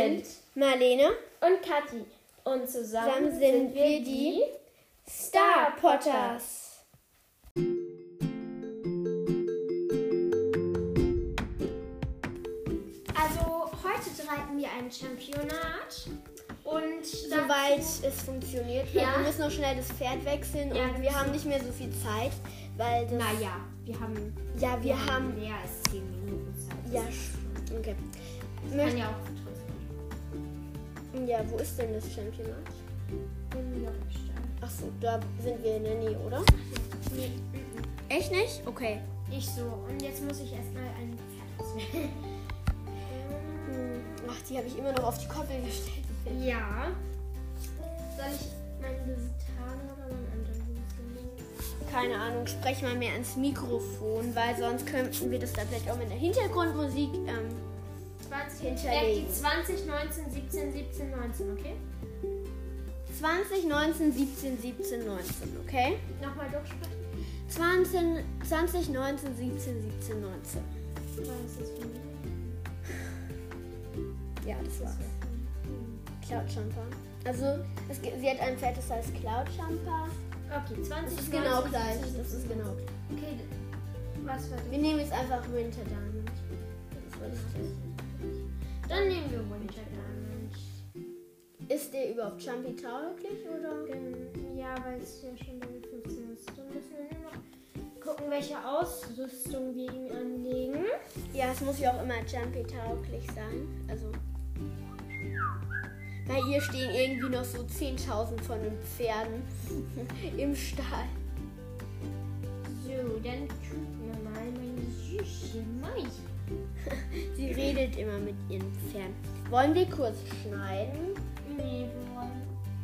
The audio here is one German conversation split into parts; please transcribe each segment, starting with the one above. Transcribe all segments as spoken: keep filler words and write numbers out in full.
sind Marlene und Kathi. Und zusammen, zusammen sind wir die Star Potters. Also heute reiten wir ein Championat. Und soweit es funktioniert. Ja. Wir müssen noch schnell das Pferd wechseln ja, und wir haben nicht mehr so viel Zeit, weil das... Naja, wir haben... Ja, wir, wir haben... mehr als zehn Minuten Zeit. Ja, okay. Das kann ja auch Ja, wo ist denn das Championat? In Jorgenstein. Achso, da sind wir in der Nähe, oder? Nee. Echt nicht? Okay. Ich so. Und jetzt muss ich erstmal ein Pferd auswählen. Ach, die habe ich immer noch auf die Koppel gestellt. Ja. Soll ich meinen Lusitano oder meinen anderen Lusitano? Keine Ahnung, sprech mal mehr ins Mikrofon, weil sonst könnten wir das da vielleicht auch mit der Hintergrundmusik ähm, zwanzig, hinterlegen. Die zwanzig, neunzehn, siebzehn, siebzehn, neunzehn, okay? zwanzig, neunzehn, siebzehn, siebzehn, neunzehn, okay? Nochmal durchsprechen. zwanzig, zwanzig, neunzehn, siebzehn, siebzehn, neunzehn. Was ist das für mich? Ja, das war's. Cloud Jumper. Also, es, sie hat ein Pferd, das heißt Cloud Jumper. Okay, zwanzig, das ist genau gleich. Das ist genau gleich. Okay, was war das? Wir nehmen jetzt einfach Winter Diamond. Das war das Dann nehmen wir Winter Diamond. Ist der überhaupt Jumpy tauglich, oder? Ja, weil es ja schon Level fünfzehn ist. Dann müssen wir nur noch gucken, welche Ausrüstung wir ihm anlegen. Ja, es muss ja auch immer Jumpy tauglich sein. Also... Bei ihr stehen irgendwie noch so zehntausend von den Pferden im Stall. So, dann gucken wir mal meine süße Mäuse. Sie redet immer mit ihren Pferden. Wollen wir kurz schneiden? Nee, wir wollen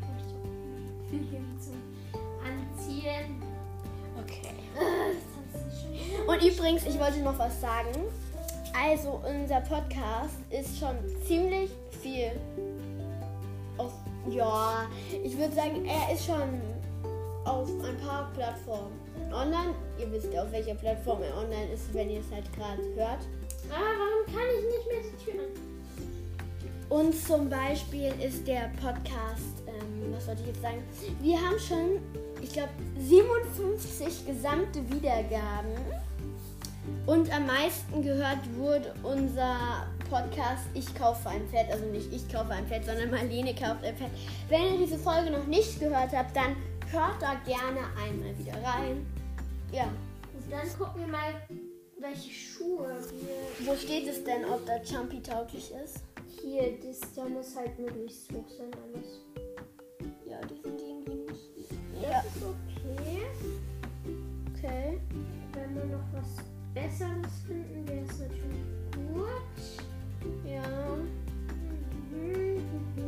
zum Anziehen. Okay. Äh, Und übrigens, ich wollte noch was sagen. Also, unser Podcast ist schon ziemlich viel auf, ja, ich würde sagen, er ist schon auf ein paar Plattformen online. Ihr wisst ja, auf welcher Plattform er online ist, wenn ihr es halt gerade hört. Ah, warum kann ich nicht mehr die Tür an? Und zum Beispiel ist der Podcast, ähm, was wollte ich jetzt sagen? Wir haben schon, ich glaube, siebenundfünfzig gesamte Wiedergaben. Und am meisten gehört wurde unser Podcast Ich kaufe ein Pferd. Also nicht ich kaufe ein Pferd, sondern Marlene kauft ein Pferd. Wenn ihr diese Folge noch nicht gehört habt, dann hört da gerne einmal wieder rein. Ja. Und dann gucken wir mal, welche Schuhe wir... Wo steht es denn, ob da Jumpy tauglich ist? Hier, das, da muss halt möglichst hoch sein alles. Ja, die sind irgendwie nicht... Das Ja. ist okay. Okay. Wenn wir noch was Besseres finden, wäre es natürlich gut. Ja. Mhm.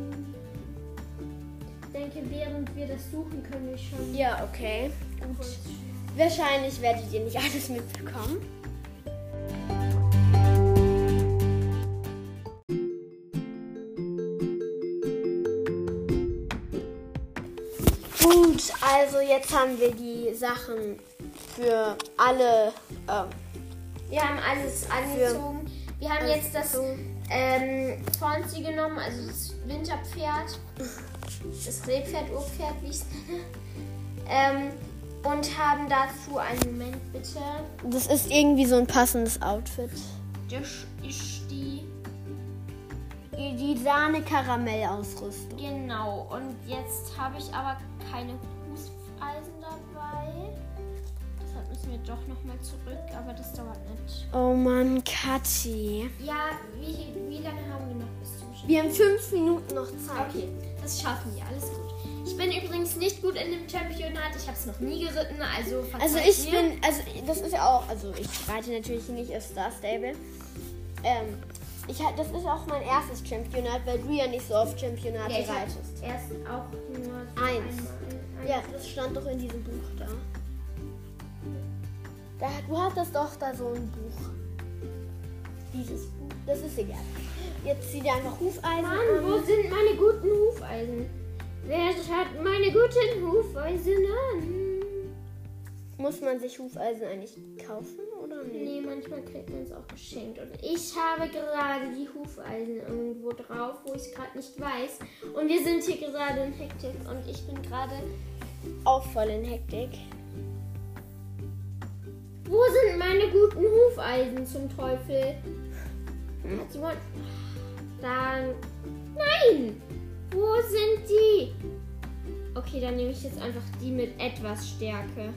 Ich denke, während wir das suchen, können wir schon... Ja, okay. Gut. Wahrscheinlich werdet ihr nicht alles mitbekommen. Gut, also jetzt haben wir die Sachen für alle. Ähm, Wir haben alles angezogen. Wir haben alles jetzt das gezogen. ähm, Fonzie genommen, also das Winterpferd. Das Rehpferd, Urpferd, wie ich es nenne. Ähm, und haben dazu einen Moment bitte. Das ist irgendwie so ein passendes Outfit. Das ist die. Die, die Sahne-Karamell-Ausrüstung. Genau. Und jetzt habe ich aber keine Hufeisen dabei. Deshalb müssen wir doch nochmal zurück, aber das dauert nicht. Oh Mann, Kathi. Ja, wie, wie lange haben wir noch bis zum Schluss? Wir haben fünf Minuten noch Zeit. Okay, das schaffen wir, alles gut. Ich bin übrigens nicht gut in dem Championat, ich habe es noch nie geritten, also Also verzeiht ich mir. bin, also das ist ja auch, also ich reite natürlich nicht auf Star Stable. Ähm, ich, ha- das ist auch mein erstes Championat, weil du ja nicht so oft Championate ja, ich hab reitest. erst auch nur so Eins. einmal. Ja, das stand doch in diesem Buch da. da. Du hattest doch da so ein Buch. Dieses Buch. Das ist egal. Jetzt zieh dir einfach Hufeisen Mann, an. wo sind meine guten Hufeisen? Wer hat meine guten Hufeisen an? Muss man sich Hufeisen eigentlich kaufen oder nicht? Nee, manchmal kriegt man es auch geschenkt. Und ich habe gerade die Hufeisen irgendwo drauf, wo ich es gerade nicht weiß. Und wir sind hier gerade in Hektik und ich bin gerade... Auch voll in Hektik. Wo sind meine guten Hufeisen zum Teufel? Hat jemand... Dann... Nein! Wo sind die? Okay, dann nehme ich jetzt einfach die mit etwas Stärke.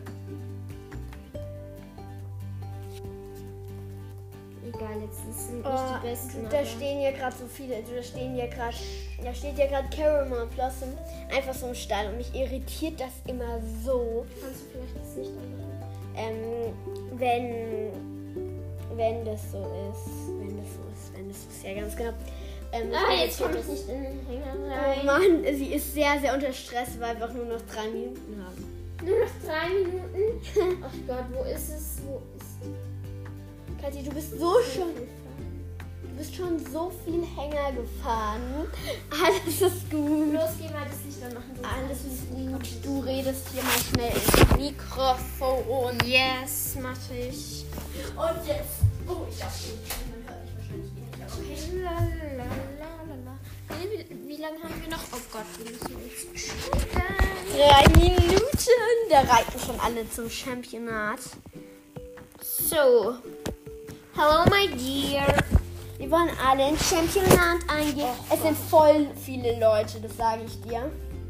Egal, jetzt sind nicht Oh, die besten. da aber- stehen ja gerade so viele. Da stehen ja gerade... Da steht ja gerade Caramel Blossom einfach so im Stall. Und mich irritiert das immer so. Kannst du vielleicht das Licht anmachen? Ähm, wenn... Wenn das so ist. Wenn das so ist. Wenn das so ist. Ja, ganz genau. Ähm, Ah, ich jetzt komme ich das- nicht in den Hänger Oh rein. Mann, sie ist sehr, sehr unter Stress, weil wir auch nur noch drei Minuten haben. Nur noch drei Minuten. Ach Gott, wo ist es? Wo ist Kathi, du bist so schon... Du bist schon so viel Hänger gefahren. Alles ist gut. Los, geh mal das Licht anmachen. sonst Alles kann ich ist nicht gut. Du redest hier mal schnell ins Mikrofon. Yes, mach ich. Und jetzt... Oh, ich darf nicht. Man hört mich wahrscheinlich eh nicht. Okay. Lalalala. Wie, wie lange haben wir noch? Oh Gott, wir müssen jetzt schneiden. Drei Minuten. Da reiten schon alle zum Championat. So. Hello, my dear. Wir wollen alle ins Championat eingehen. Oh Es sind voll viele Leute, das sage ich dir.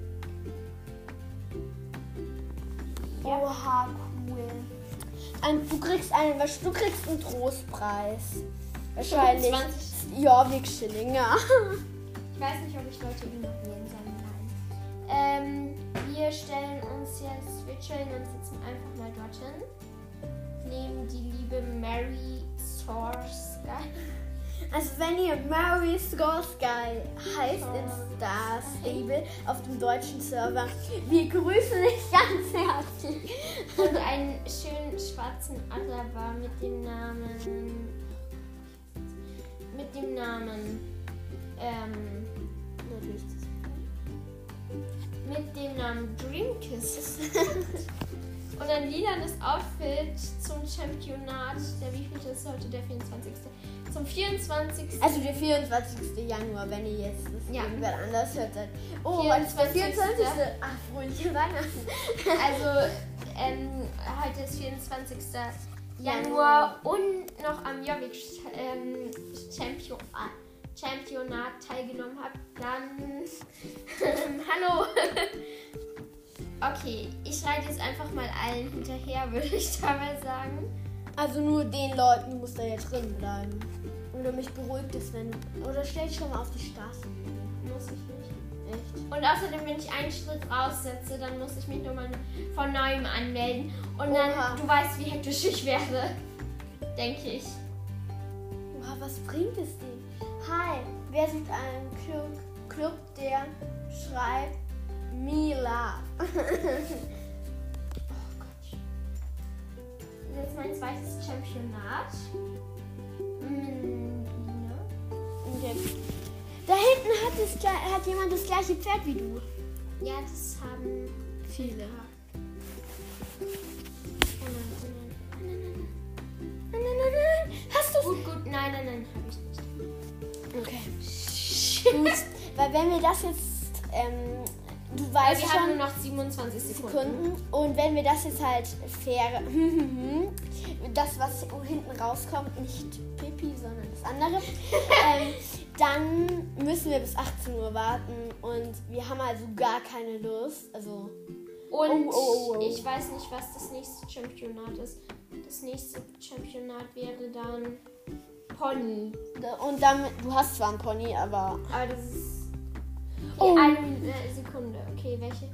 Ja. Oha, cool. Ein, du kriegst einen, was- du kriegst einen Trostpreis. Wahrscheinlich. fünfundzwanzig. Ja, wirklich Schilling, ja. Ich weiß nicht, ob ich Leute ignorieren soll. Nein. Ähm, wir stellen uns jetzt, wir chillen uns jetzt einfach mal dorthin. Nehmen die liebe Mary Source Sky. Also wenn ihr Mary Sky heißt in Star Stable auf dem deutschen Server, wir grüßen dich ganz herzlich. Und einen schönen schwarzen Araber mit dem Namen. Mit dem Namen. Ähm. Mit dem Namen Dream Kisses. Und ein lilanes Outfit zum Championat. Der wievielte ist heute? Der vierundzwanzigste Zum vierundzwanzigsten Also der vierundzwanzigste Januar, wenn ihr jetzt das Ja. irgendwer anders hört. Dann, oh, heute ist der vierundzwanzigste Ach, fröhliche Weihnachten. Also, ähm, heute ist vierundzwanzigster Januar und noch am Jobbik ähm, Champion, ah, Championat teilgenommen habt, dann hallo. Okay, ich reite jetzt einfach mal allen hinterher, würde ich dabei sagen. Also nur den Leuten, du musst da jetzt drin bleiben. Oder mich beruhigt es, wenn... Oder stell dich schon mal auf die Straße. Muss ich nicht. Echt? Und außerdem, wenn ich einen Schritt raussetze, dann muss ich mich nochmal von neuem anmelden. Und dann, Oha. du weißt, wie hektisch ich werde. Denke ich. Wow, was bringt es dir? Hi, wer sucht einen Club, Club der schreibt Me Love? Oh Gott. Das ist jetzt mein zweites Championat. Hm, Okay. Da hinten hat, es, gle- hat jemand das gleiche Pferd wie du. ja, das haben Viele. Oh nein, oh nein. Nein, nein, nein, nein. Hast du Gut, gut, nein, nein, nein, habe ich nicht. Okay. Gut, weil wenn wir das jetzt, ähm, du Weil weißt wir haben schon nur noch siebenundzwanzig Sekunden. Sekunden und wenn wir das jetzt halt fair, das was hinten rauskommt, nicht Pipi, sondern das andere, ähm, dann müssen wir bis achtzehn Uhr warten und wir haben also gar keine Lust, also Und Oh, oh, oh, oh. ich weiß nicht, was das nächste Championat ist. Das nächste Championat wäre dann Pony. und damit, du hast zwar einen Pony, aber Aber das ist Oh. eine äh, Sekunde. Okay, welche?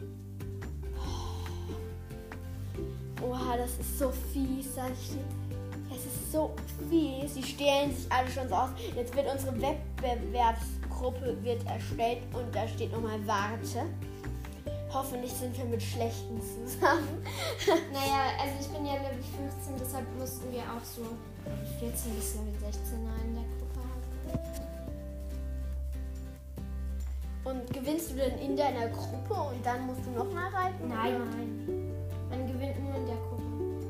oha, das ist so fies, sag ich dir. Es ist so fies. Sie stellen sich alle schon so aus. Jetzt wird unsere Wettbewerbsgruppe wird erstellt und da steht nochmal Warte. Hoffentlich sind wir mit Schlechten zusammen. Naja, also ich bin ja Level fünfzehn, deshalb mussten wir auch so vierzehn bis Level sechzehn in der Gruppe haben. Und gewinnst du denn in deiner Gruppe und dann musst du nochmal reiten? Nein, oder? nein. Man gewinnt nur in der Gruppe.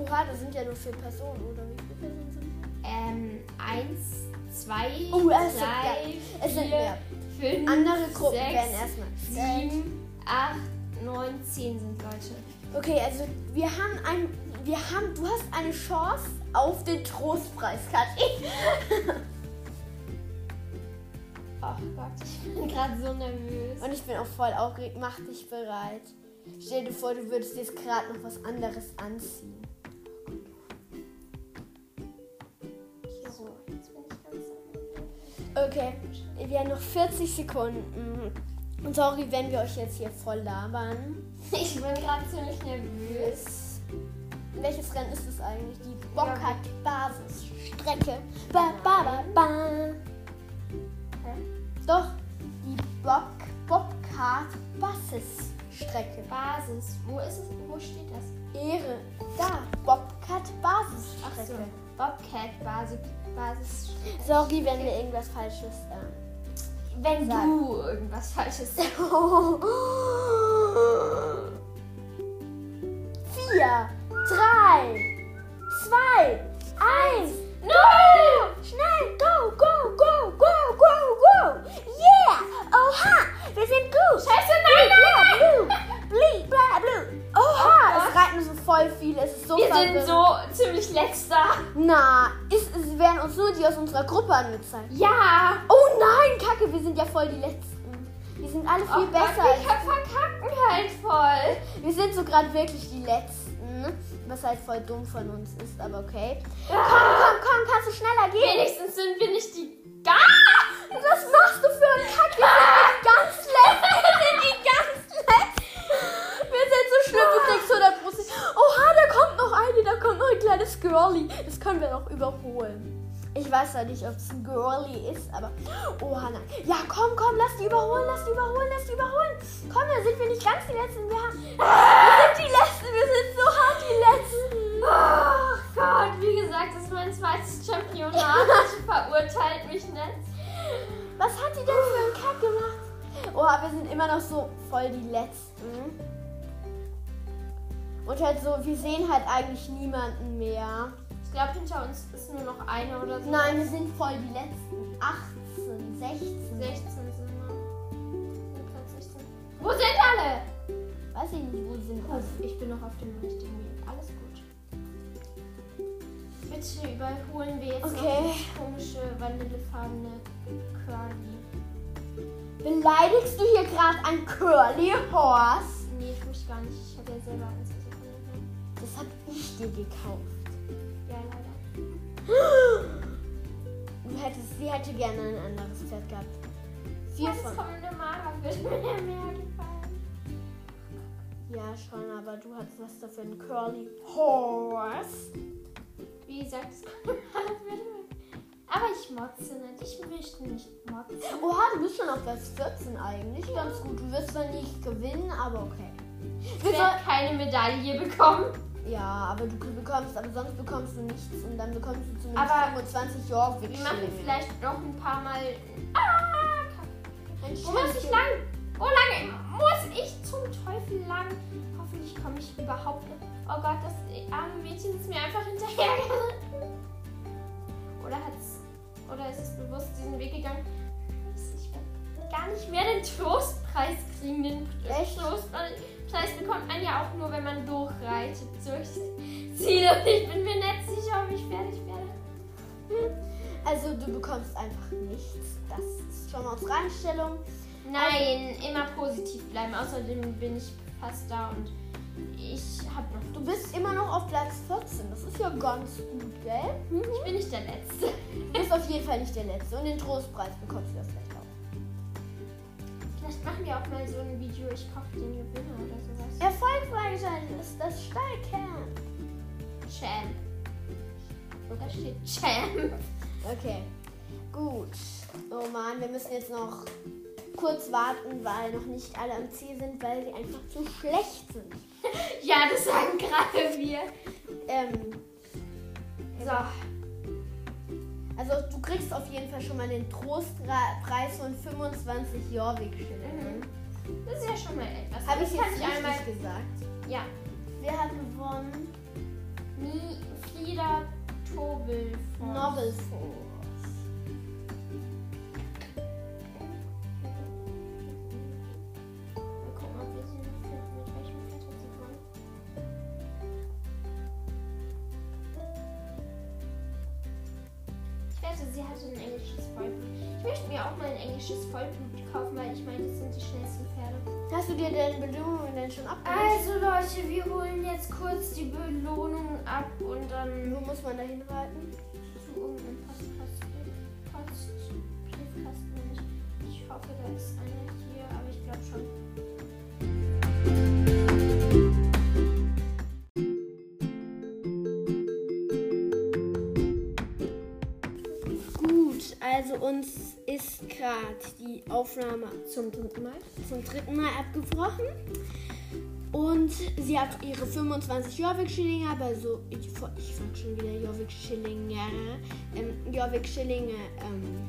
Oha, das sind ja nur vier Personen, oder wie viele Personen sind das? Ähm, eins, zwei, Oh, es sind, ja, drei, es sind vier, mehr. fünf, Andere Gruppen sechs, werden erstmal. sieben, acht, neun, zehn sind Leute. Okay, also wir haben ein, wir haben, du hast eine Chance auf den Trostpreis, Kathi. Ach Gott, ich bin gerade so nervös. Und ich bin auch voll aufgeregt. Mach dich bereit. Stell dir vor, du würdest jetzt gerade noch was anderes anziehen. So, jetzt bin ich ganz nervös. Okay, wir haben noch vierzig Sekunden. Und sorry, wenn wir euch jetzt hier voll labern. Ich bin gerade ziemlich nervös. Welches Rennen ist es eigentlich? Die Bobcat-Basisstrecke. Ba, ba, ba, ba. Doch, die Bob Bobcat-Basisstrecke. Basis. Wo ist es? Wo steht das? Ehre. Da, Bobcat-Basisstrecke. Ach so. Bobcat Basis. Basis. Sorry, wenn wir irgendwas Falsches äh, Wenn Sag. du irgendwas Falsches sagst. Vier, drei, zwei, eins, No! schnell, go, go, go, go, go, go, yeah, oha, wir sind gut. Scheiße, nein, nein, Blue, blue, bla, blue, oha, Oh es reiten so voll viele, es ist so Wir sind verwirrend. so ziemlich letzter. Na, ist, es werden uns nur die aus unserer Gruppe angezeigt. Ja. Oh nein, Kacke, wir sind ja voll die Letzten. Wir sind alle viel Oh besser Gott, als wir verkacken halt voll. Wir sind so gerade wirklich die Letzten, was halt voll dumm von uns ist, aber okay. Komm, Ah, komm, komm, kannst du schneller gehen? wenigstens sind wir nicht die gar. Was machst du für einen Kack? Wir sind die ganz Letzten. Wir sind die ganz Letzten. Wir sind so schlimm, du kriegst hundert Prozent. Oha, da kommt noch eine, da kommt noch ein kleines Girlie. Das können wir noch überholen. Ich weiß ja nicht, ob es ein Girlie ist, aber... Oha, nein. Ja, komm, komm, lass die überholen, lass die überholen, lass die überholen. Komm, da sind wir nicht ganz die Letzten. Wir, haben, wir sind die Letzten, wir sind so hart die Letzten. Ach Gott, wie gesagt, das ist mein zweites Championat. Bitte verurteilt mich nicht. Was hat die denn für einen Kack gemacht? Oha, wir sind immer noch so voll die Letzten. Und halt so, wir sehen halt eigentlich niemanden mehr. Ich glaube, hinter uns ist nur noch eine oder so. Nein, wir sind voll die Letzten. achtzehn, sechzehn. sechzehn sind wir. Sind grad sechzehn. Wo sind alle? Weiß ich nicht, wo die sind. Gut, ich bin noch auf dem richtigen Weg. Alles gut. Bitte überholen wir jetzt Okay. noch die komische vanillefarbene Curly. Beleidigst du hier gerade ein Curly Horse? Nee, ich mich gar nicht. Ich habe ja selber eins Sekunde. Das hab ich dir gekauft. Ja, leider. Du hättest, sie hätte gerne ein anderes Pferd gehabt. Vier Das von. kommende Mara würde mir mehr gefallen. Ja, schon, aber du hattest was dafür, ein Curly Horse. Wie gesagt, das kommende Mara würde mir. Aber ich motze nicht. Ich möchte nicht motzen. Oha, du bist schon auf Platz vierzehn eigentlich. Ganz gut. Du wirst zwar nicht gewinnen, aber okay. Ich Wir soll- werde keine Medaille bekommen. Ja, aber du bekommst, aber sonst bekommst du nichts und dann bekommst du zumindest Aber fünfundzwanzig Jahre Wir machen vielleicht noch ein paar Mal. Ah, Kacke. Ein Wo muss ich lang? Wo lang muss ich zum Teufel lang? Hoffentlich komme ich überhaupt nicht. Oh Gott, das arme Mädchen ist mir einfach hinterhergeritten. Oder hat's. Oder ist es bewusst diesen Weg gegangen? Ich werde gar nicht mehr den Trostpreis kriegen. Den Echt? Trostpreis bekommt man ja auch nur, wenn man durchreitet durchs Ziel. Und ich bin mir nicht sicher, ob ich fertig werde. Also du bekommst einfach nichts. Das ist schon mal unsere Einstellung. Nein, immer positiv bleiben. Außerdem bin ich fast da und ich habe noch. Du bist immer noch auf Platz vierzehn. Das ist ja ganz gut, gell? Ich bin nicht der Letzte. Du bist auf jeden Fall nicht der Letzte. Und den Trostpreis bekommst du ja vielleicht auch. Vielleicht machen wir auch mal so ein Video, ich koche den Gewinner oder sowas. Erfolg freigeschaltet ist das Stallcamp. Champ. Da steht Champ. Okay, gut. Oh Mann, wir müssen jetzt noch kurz warten, weil noch nicht alle am Ziel sind, weil sie einfach zu schlecht sind. Ja, das sagen gerade wir. Ähm, So. also du kriegst auf jeden Fall schon mal den Trostpreis von fünfundzwanzig Jorvik-Schilling. Mhm. Das ist ja schon mal etwas. Habe ich Das jetzt kann richtig ich einmal. gesagt? Ja. Wer hat gewonnen? Mi Frieda Tobelforce. Nobelforce. Mal gucken, ob wir sie noch finden. Mit welchem Pferd hat sie gewonnen? Ich wette, sie hatte ein englisches Vollblut. Ich möchte mir auch mal ein englisches Vollblut kaufen, weil ich meine, das sind die schnellsten Pferde. Hast du dir deine Belohnungen denn schon abgeholt? Also Leute, wir holen jetzt kurz die Belohnung ab und dann Wo muss man da hinreiten? zu irgendeinem Postkasten. Post, Briefkasten nicht. Ich hoffe, da ist einer hier, aber ich glaube schon. Gut, also uns ist gerade die Aufnahme Zum dritten Mal. zum dritten Mal abgebrochen. Und sie hat ihre fünfundzwanzig Jorvik-Schillinge, aber so, ich, ich sag schon wieder Jorvik-Schillinge, ähm, Jorvik-Schillinge ähm,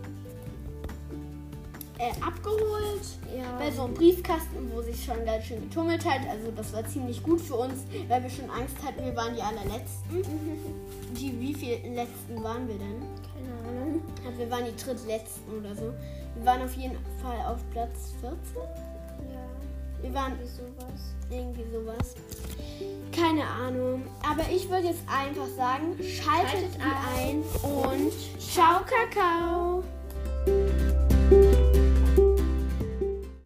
äh, abgeholt. Ja. Bei so einem Briefkasten, wo sich schon ganz schön getummelt hat. Also das war ziemlich gut für uns, weil wir schon Angst hatten, wir waren die allerletzten. Die, wie viel letzten waren wir denn? Keine Ahnung. Also wir waren die drittletzten oder so. Wir waren auf jeden Fall auf Platz vierzehn. Ja. Wir waren Irgendwie sowas. irgendwie sowas. Keine Ahnung. Aber ich würde jetzt einfach sagen, schaltet, Schaltet die ein und ciao Kakao.